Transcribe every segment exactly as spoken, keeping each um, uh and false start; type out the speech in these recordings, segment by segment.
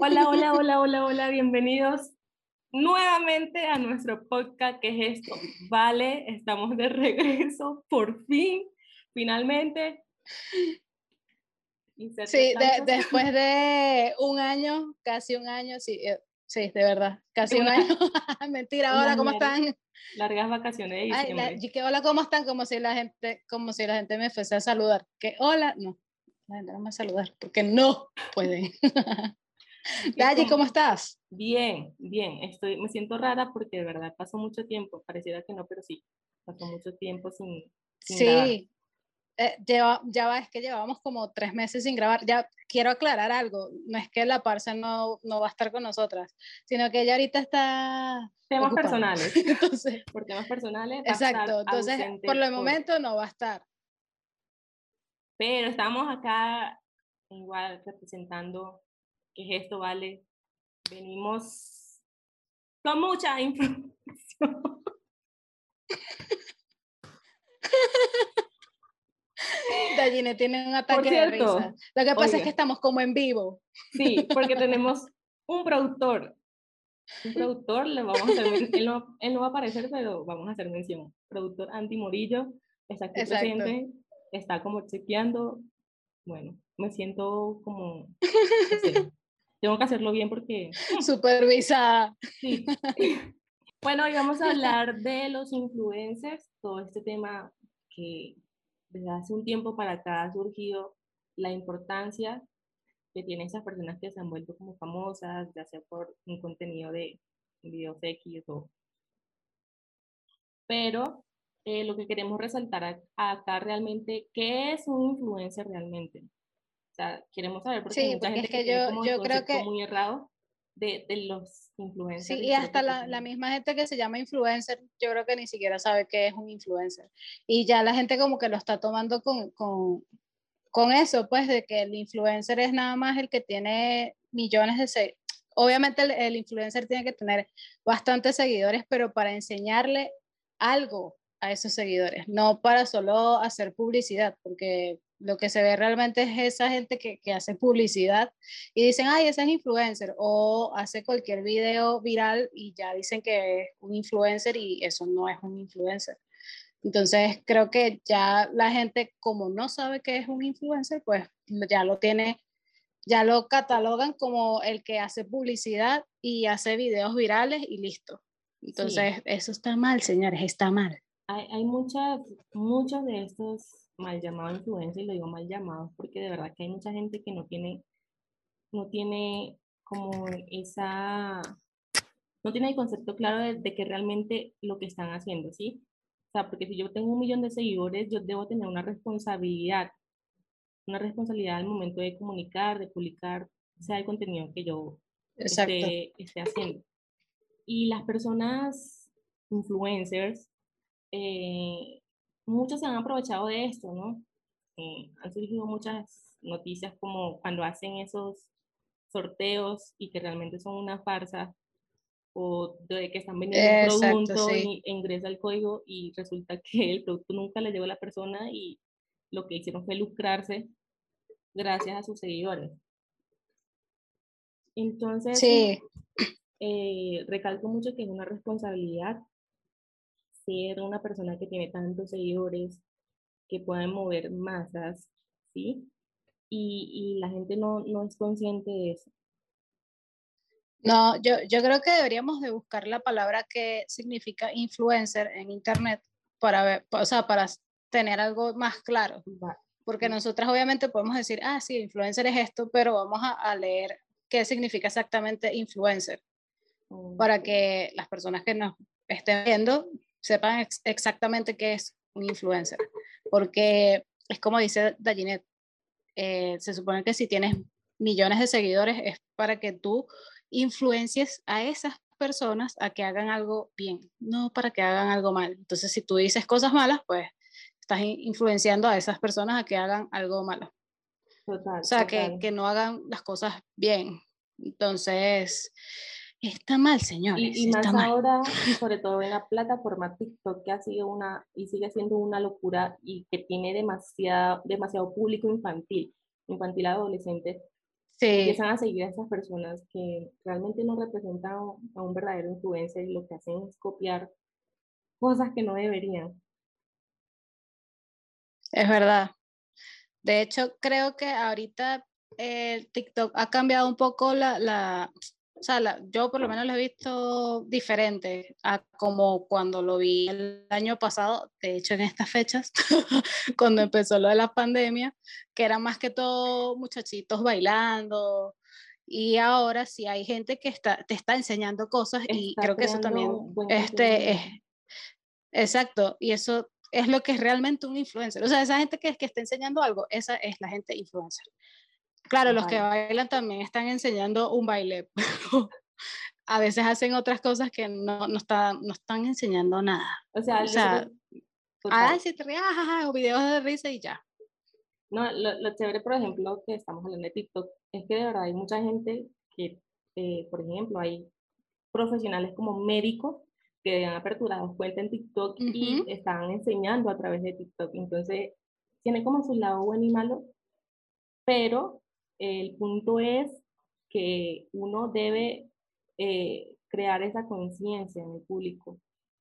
Hola, hola, hola, hola, hola, bienvenidos nuevamente a nuestro podcast. ¿Qué es esto? Vale, estamos de regreso, por fin, finalmente. Sí, de, después de un año, casi un año, sí, eh, sí, de verdad, casi una, un año. Mentira, hola, ¿cómo largas, están? Largas vacaciones de diciembre. Ay, la, que hola, ¿cómo están? Como si la gente, como si la gente me fuese a saludar. Que hola, no, la gente no me va a saludar, porque no pueden. Dayi, ¿cómo estás? Bien, bien, estoy, me siento rara porque de verdad pasó mucho tiempo, pareciera que no, pero sí, pasó mucho tiempo sin, sin sí. grabar. Eh, lleva, ya va, es que llevamos como tres meses sin grabar. Ya quiero aclarar algo, no es que la Parce no, no va a estar con nosotras, sino que ella ahorita está temas ocupada. personales. Entonces, por temas personales va exacto, a estar entonces ausente por el por... momento no va a estar. Pero estamos acá igual representando que esto, vale. Venimos con mucha información. Dayine tiene un ataque Por cierto, de risa. Lo que pasa oiga, es que estamos como en vivo. Sí, porque tenemos un productor. Un productor, le vamos a hacer, él no, él no va a aparecer, pero vamos a hacer mención. Productor Andy Morillo está aquí Exacto. presente, está como chequeando. Bueno, me siento como, no sé, tengo que hacerlo bien porque... Supervisada. Sí. Bueno, hoy vamos a hablar de los influencers, todo este tema que desde hace un tiempo para acá ha surgido la importancia que tienen esas personas que se han vuelto como famosas, ya sea por un contenido de videos X o... Pero eh, lo que queremos resaltar a- acá realmente, ¿qué es un influencer realmente? O sea, queremos saber porque hay Sí, mucha porque gente es que que tiene yo, como el yo creo concepto que muy errado de, de los sí, influencers y y creo que hasta eso la, la tiene... misma gente que se llama influencer, yo creo que ni siquiera sabe qué es un influencer. Y ya la gente como que lo está tomando con, con, con eso, pues de que el influencer es nada más el que tiene millones de seguidores. Obviamente el, el influencer tiene que tener bastantes seguidores, pero para enseñarle algo a esos seguidores, no para solo hacer publicidad, porque lo que se ve realmente es esa gente que, que hace publicidad y dicen, ay, ese es influencer, o hace cualquier video viral y ya dicen que es un influencer y eso no es un influencer. Entonces creo que ya la gente como no sabe qué es un influencer, pues ya lo tiene, ya lo catalogan como el que hace publicidad y hace videos virales y listo. Entonces Sí, eso está mal, señores, está mal. hay, hay muchas, muchos de estos mal llamados influencers, y lo digo mal llamados porque de verdad que hay mucha gente que no tiene, no tiene como esa, no tiene el concepto claro de, de que realmente lo que están haciendo, ¿sí? O sea, porque si yo tengo un millón de seguidores, yo debo tener una responsabilidad, una responsabilidad al momento de comunicar, de publicar, sea el contenido que yo Exacto. esté, esté haciendo. Y las personas influencers, eh, muchos se han aprovechado de esto, ¿no? Eh, han surgido muchas noticias como cuando hacen esos sorteos y que realmente son una farsa, o de que están vendiendo un Exacto, producto sí. y e ingresa el código y resulta que el producto nunca le llegó a la persona y lo que hicieron fue lucrarse gracias a sus seguidores. Entonces, Sí, eh, recalco mucho que es una responsabilidad ser una persona que tiene tantos seguidores, que pueden mover masas, ¿sí? Y, y la gente no, no es consciente de eso. no, yo, yo creo que deberíamos de buscar la palabra que significa influencer en internet para ver, o sea, para tener algo más claro. Va. Porque nosotras obviamente podemos decir, ah, sí, influencer es esto, pero vamos a, a leer qué significa exactamente influencer para Okay. que las personas que nos estén viendo sepan ex exactamente qué es un influencer. Porque es como dice Dayinet, eh, se supone que si tienes millones de seguidores es para que tú influencies a esas personas a que hagan algo bien, no para que hagan algo mal. Entonces, si tú dices cosas malas, pues estás influenciando a esas personas a que hagan algo malo. O Total, sea, que, total. que no hagan las cosas bien. Entonces, está mal, Y, señores, y está más mal. ahora, sobre todo en la plataforma TikTok, que ha sido una y sigue siendo una locura y que tiene demasiado, demasiado público infantil, infantil adolescente, Sí, empiezan a seguir a esas personas que realmente no representan a un verdadero influencer y lo que hacen es copiar cosas que no deberían. es verdad. De hecho, creo que ahorita el TikTok ha cambiado un poco la, la o sea, la- yo por lo menos lo he visto diferente a como cuando lo vi el año pasado, de hecho en estas fechas, cuando empezó lo de la pandemia, que era más que todo muchachitos bailando. Y ahora sí hay gente que está, te está enseñando cosas y Está creo que eso creando también, buen este, es contenido. exacto, y eso es lo que es realmente un influencer. O sea, esa gente que, que está enseñando algo, esa es la gente influencer. Claro, los que Total. bailan también están enseñando un baile, pero a veces hacen otras cosas que no, no, están, no están enseñando nada. O sea, O yo sea, creo, ah, total. si te rías, jajaja, o videos de risa y ya. No, lo, lo chévere, por ejemplo, que estamos hablando de TikTok, es que de verdad hay mucha gente que, eh, por ejemplo, hay profesionales como médicos que han aperturado cuenta en TikTok y Ujú. están enseñando a través de TikTok. Entonces, tiene como su lado bueno y malo, pero el punto es que uno debe eh, crear esa conciencia en el público.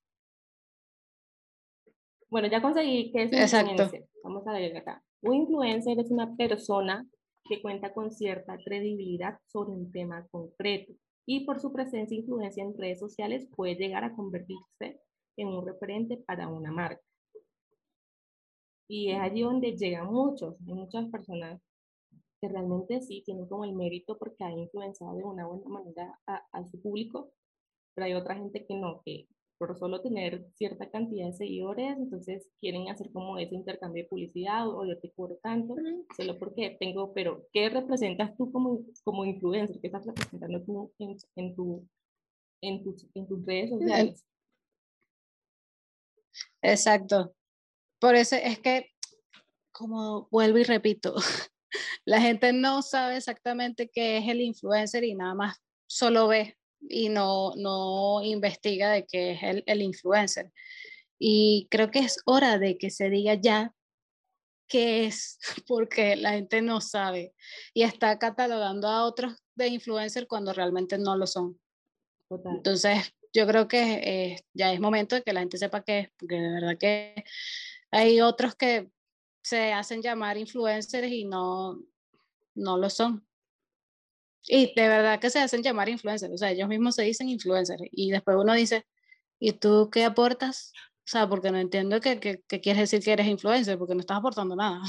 Bueno, ya conseguí que es un Exacto, influencer. Vamos a ver acá. Un influencer es una persona que cuenta con cierta credibilidad sobre un tema concreto y por su presencia e influencia en redes sociales puede llegar a convertirse en un referente para una marca. Y es allí donde llegan muchos, hay muchas personas que realmente sí tienen como el mérito porque ha influenciado de una buena manera a, a su público, pero hay otra gente que no, que por solo tener cierta cantidad de seguidores, entonces quieren hacer como ese intercambio de publicidad o yo te cobro tanto, solo porque tengo, pero ¿qué representas tú como, como influencer? ¿Qué estás representando tú en, en, tu, en, tus, en tus redes eh, sociales? exacto. Por eso es que, como vuelvo y repito, la gente no sabe exactamente qué es el influencer y nada más solo ve y no, no investiga de qué es el, el influencer. Y creo que es hora de que se diga ya qué es, porque la gente no sabe y está catalogando a otros de influencer cuando realmente no lo son. Total. Entonces, yo creo que eh, ya es momento de que la gente sepa qué es, porque de verdad que hay otros que se hacen llamar influencers y no, no lo son. Y de verdad que se hacen llamar influencers, o sea, ellos mismos se dicen influencers y después uno dice, ¿y tú qué aportas? O sea, porque no entiendo qué, qué, qué quieres decir que eres influencer, porque no estás aportando nada.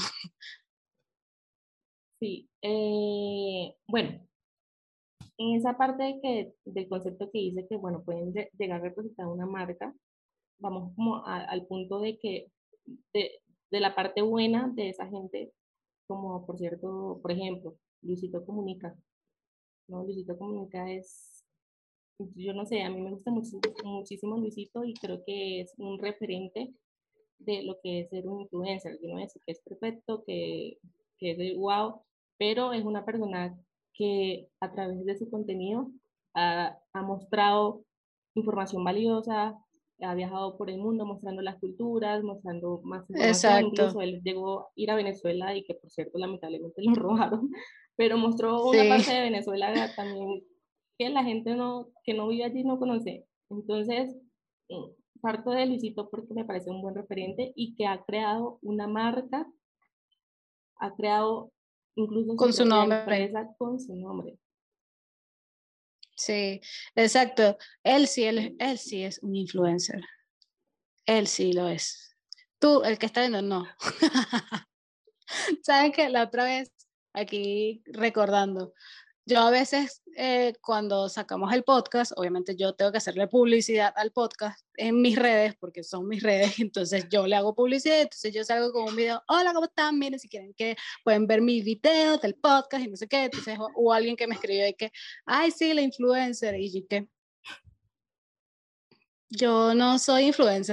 Sí. Eh, bueno, en esa parte de que, del concepto que dice que, bueno, pueden lle- llegar a representar una marca, vamos como a- al punto de que de, de la parte buena de esa gente, como por cierto, por ejemplo, Luisito Comunica, ¿no? Luisito Comunica es, yo no sé, a mí me gusta muchísimo, muchísimo Luisito y creo que es un referente de lo que es ser un influencer. Yo no voy a decir que es perfecto, que, que es de wow, pero es una persona que a través de su contenido ha, ha mostrado información valiosa, ha viajado por el mundo mostrando las culturas, mostrando más información, incluso Exacto, él llegó a ir a Venezuela y que por cierto lamentablemente lo robaron, pero mostró una sí, parte de Venezuela también que la gente no, que no vive allí no conoce. Entonces, parto de Luisito porque me parece un buen referente y que ha creado una marca, ha creado incluso su con su propia nombre. empresa con su nombre. Sí, exacto. Él sí, él, él sí es un influencer. Él sí lo es. Tú, el que está viendo, no. ¿Sabes que la otra vez, aquí recordando, yo a veces eh, cuando sacamos el podcast, obviamente yo tengo que hacerle publicidad al podcast en mis redes, porque son mis redes, entonces yo le hago publicidad, entonces yo salgo con un video, hola, ¿cómo están? Miren, si quieren que pueden ver mis videos del podcast y no sé qué, entonces o, o alguien que me escribió y que, ay, sí, la influencer, y yo que, yo no soy influencer,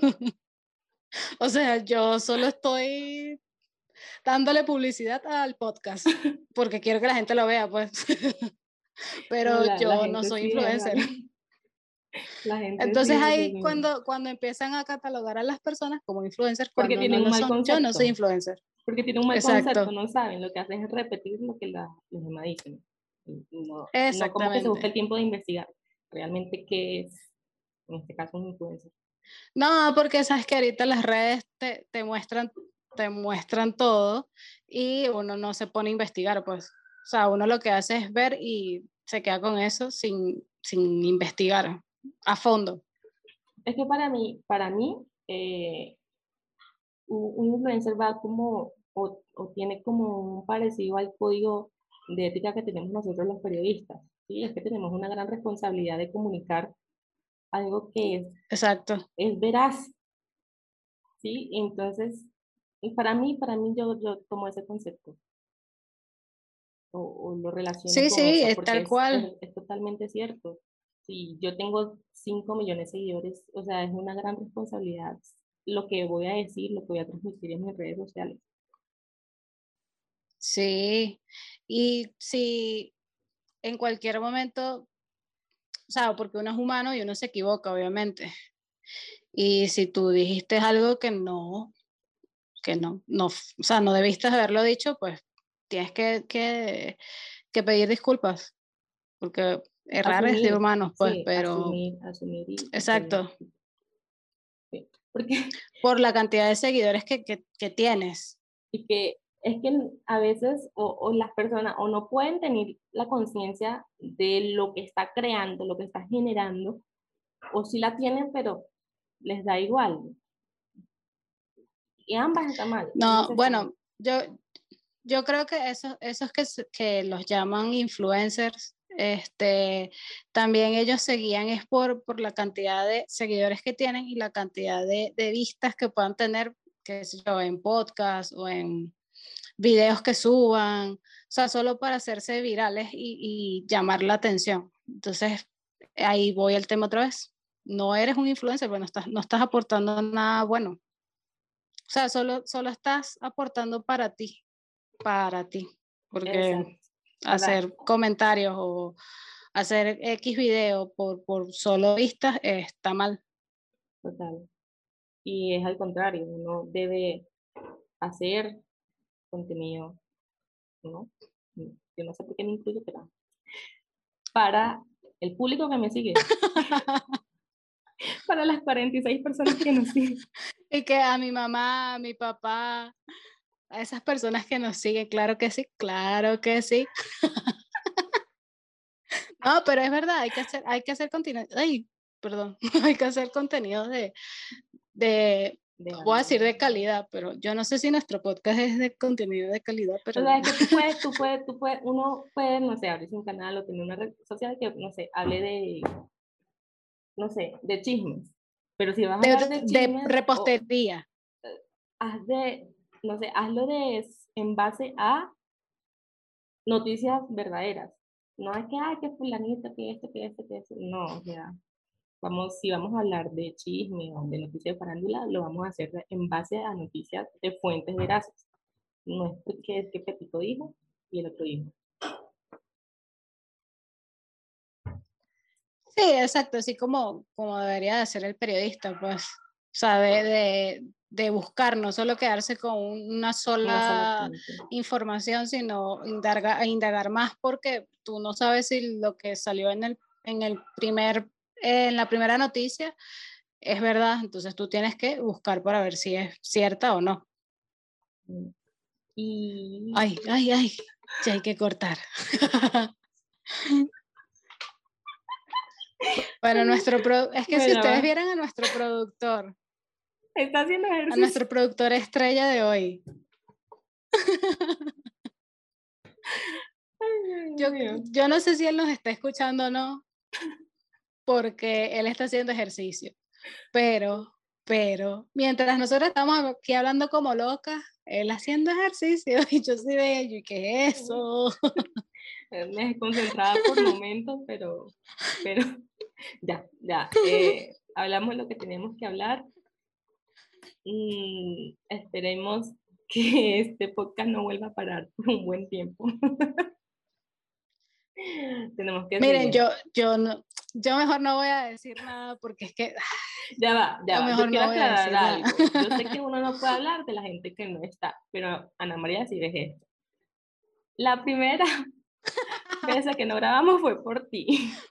o sea, yo solo estoy dándole publicidad al podcast, porque quiero que la gente lo vea, pues. No, Pero la, la yo no gente soy sí es, influencer. ¿vale? La gente Entonces sí es, Dios ahí mío. cuando, cuando empiezan a catalogar a las personas como influencers Porque cuando no tienen un lo mal son, yo no soy concepto. influencer. porque tienen un mal concepto, Exacto. no saben, lo que hacen es repetir lo que la, los demás dicen. No, no como que se busca Exactamente. el tiempo de investigar realmente qué es, en este caso, un influencer. No, porque sabes que ahorita las redes te, te muestran, te muestran todo y uno no se pone a investigar, pues. O sea, uno lo que hace es ver y se queda con eso sin, sin investigar a fondo. Es que para mí, para mí, eh, un, un influencer va como, o, o tiene como un parecido al código de ética que tenemos nosotros los periodistas, ¿sí? Es que tenemos una gran responsabilidad de comunicar algo que es, Exacto. es veraz, ¿sí? Entonces, y para mí, para mí yo, yo tomo ese concepto o, o lo relaciono Sí, con sí, eso, es porque tal es, cual. es, es totalmente cierto. Si yo tengo cinco millones de seguidores, o sea, es una gran responsabilidad lo que voy a decir, lo que voy a transmitir en mis redes sociales. Sí. Y si en cualquier momento, o sea, porque uno es humano y uno se equivoca, obviamente. Y si tú dijiste algo que no, que no, no, o sea, no debiste haberlo dicho, pues tienes que, que, que pedir disculpas, porque errar es de Asumir, humanos, pues, sí, pero asumir, asumir y, y pedir exacto, disculpas, sí. Porque, por la cantidad de seguidores que, que, que tienes. y que es que a veces o, o las personas o no pueden tener la conciencia de lo que está creando, lo que está generando, o sí la tienen, pero les da igual. Y ambas están mal, ambas No, están mal. bueno, yo, yo creo que esos, esos que, se- que los llaman influencers, este, también ellos seguían es por, por la cantidad de seguidores que tienen y la cantidad de, de vistas que puedan tener, qué sé yo, en podcast o en videos que suban, o sea, solo para hacerse virales y, y llamar la atención. Entonces, ahí voy al tema otra vez. No eres un influencer, bueno, estás, no estás aportando nada bueno. O sea, solo, solo estás aportando para ti, para ti, Exacto. porque Para, hacer comentarios o hacer X video por, por solo vistas eh, está mal. total. Y es al contrario, uno debe hacer contenido, ¿no? Yo no sé por qué me incluyo, pero para el público que me sigue, para las cuarenta y seis personas que nos siguen. Y que a mi mamá, a mi papá, a esas personas que nos siguen, claro que sí, claro que sí. No, pero es verdad, hay que hacer, hay que hacer contenido, ay, perdón, hay que hacer contenido de, de, De voy a algo. decir de calidad, pero yo no sé si nuestro podcast es de contenido de calidad, O pero sea, es que tú puedes, tú puedes, tú puedes, uno puede, no sé, abrirse un canal o tener una red social que, no sé, hable de, no sé, de chismes. Pero si vas a de, hablar de, de de chismes, o repostería. haz de, no sé, hazlo de, en base a noticias verdaderas. No es que, ay, que fulanito, que esto, que esto, que esto. No, o sea, vamos, si vamos a hablar de chisme o de noticias de farándula, lo vamos a hacer en base a noticias de fuentes veraces. No es porque es que Pepito dijo y el otro dijo. Sí, exacto, así como, como debería de ser el periodista, pues, o sea, de, de, de buscar, no solo quedarse con una Una sola sola fuente. información, sino indagar, indagar más porque tú no sabes si lo que salió en el, en el primer, eh, en la primera noticia es verdad, entonces tú tienes que buscar para ver si es cierta o no. Y Ay, ay, ay, ya hay que cortar. Bueno, nuestro pro- es que si bueno, ustedes va. vieran a nuestro productor, Está haciendo a ejercicio. nuestro productor estrella de hoy. Ay, Dios Yo, mío. yo no sé si él nos está escuchando o no, porque él está haciendo ejercicio, pero, pero, mientras nosotros estamos aquí hablando como locas, él haciendo ejercicio, y yo sí veía, yo, ¿qué es eso? Me desconcentrada por momentos, pero, pero ya, ya. Eh, hablamos lo que tenemos que hablar. Y esperemos que este podcast no vuelva a parar por un buen tiempo. Tenemos que Miren, seguir. yo, yo, no, yo mejor no voy a decir nada porque es que... Ya va, ya Yo va. mejor Yo quiero no voy a aclarar decir nada. algo. Yo sé que uno no puede hablar de la gente que no está, pero Ana María sí ves esto. La primera vez que no grabamos fue por ti.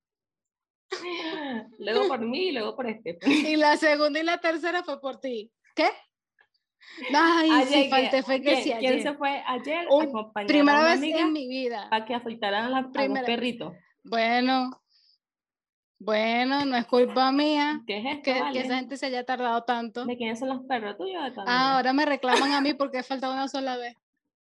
Luego por mí y luego por Stephanie. Y la segunda y la tercera fue por ti. ¿Qué? Ay, Ayer, sí, falté fe que ¿quién, sí quién ayer. se fue ayer a Uy, acompañar a primera una vez amiga en mi vida. para que afeitaran a, la- a los Primera. perritos? Bueno, bueno, no es culpa mía ¿Qué es esto, que, que vale? esa gente se haya tardado tanto. ¿De quiénes son los perros tuyos o de tu Ah, amiga? ahora me reclaman a mí porque he faltado una sola vez.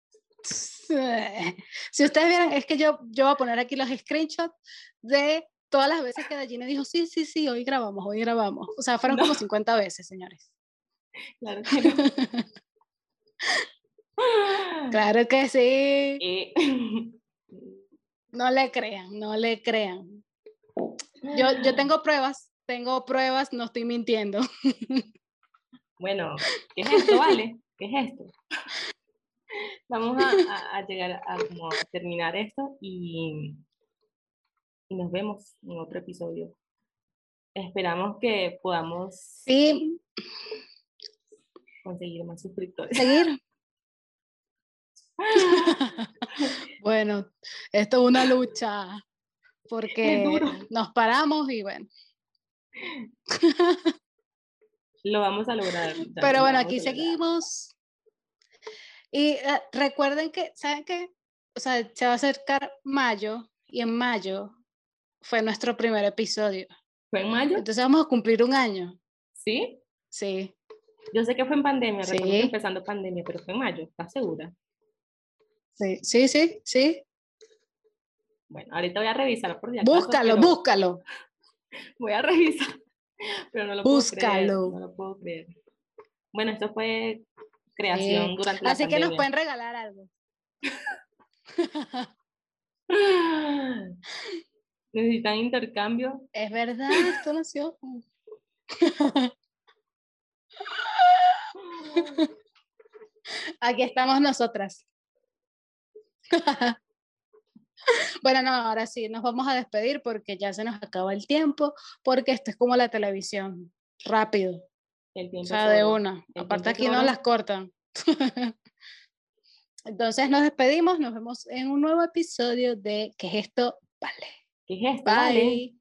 Si ustedes vieran, es que yo, yo voy a poner aquí los screenshots de todas las veces que Dallina dijo, sí, sí, sí, hoy grabamos, hoy grabamos. O sea, fueron No. como cincuenta veces, señores. Claro que no. Claro que sí. Eh, No le crean, no le crean. Yo, yo tengo pruebas, tengo pruebas, no estoy mintiendo. Bueno, ¿qué es esto, vale? ¿Qué es esto? Vamos a, a- a llegar a, como a terminar esto y, y nos vemos en otro episodio. Esperamos que podamos Sí, conseguir más suscriptores. seguir. Bueno, esto es una lucha Es porque duro. nos paramos y bueno. Lo vamos a lograr. Dani, Pero lo bueno, vamos aquí a lograr. seguimos. Y uh, recuerden que, ¿saben qué? O sea, se va a acercar mayo y en mayo fue nuestro primer episodio. ¿Fue en mayo? Entonces vamos a cumplir un año. ¿Sí? Sí. Yo sé que fue en pandemia, Sí. recuerdo que empezando pandemia, pero fue en mayo, ¿estás segura? Sí, sí, sí, sí. Bueno, ahorita voy a revisar por si acaso. Búscalo, pero búscalo. Voy a revisar, pero no lo Búscalo. puedo creer, no lo puedo creer. Bueno, esto fue creación Sí. durante la Así pandemia. que nos pueden regalar algo. ¿Necesitan intercambio? Es verdad, esto nació. Aquí estamos nosotras. Bueno, no, ahora sí, nos vamos a despedir porque ya se nos acaba el tiempo, porque esto es como la televisión, rápido. El tiempo O sea, es de oro. una. El Aparte tiempo es aquí no oro. las cortan. Entonces nos despedimos, nos vemos en un nuevo episodio de ¿Qué es esto? Vale. ¿Qué es esto, Bye. vale?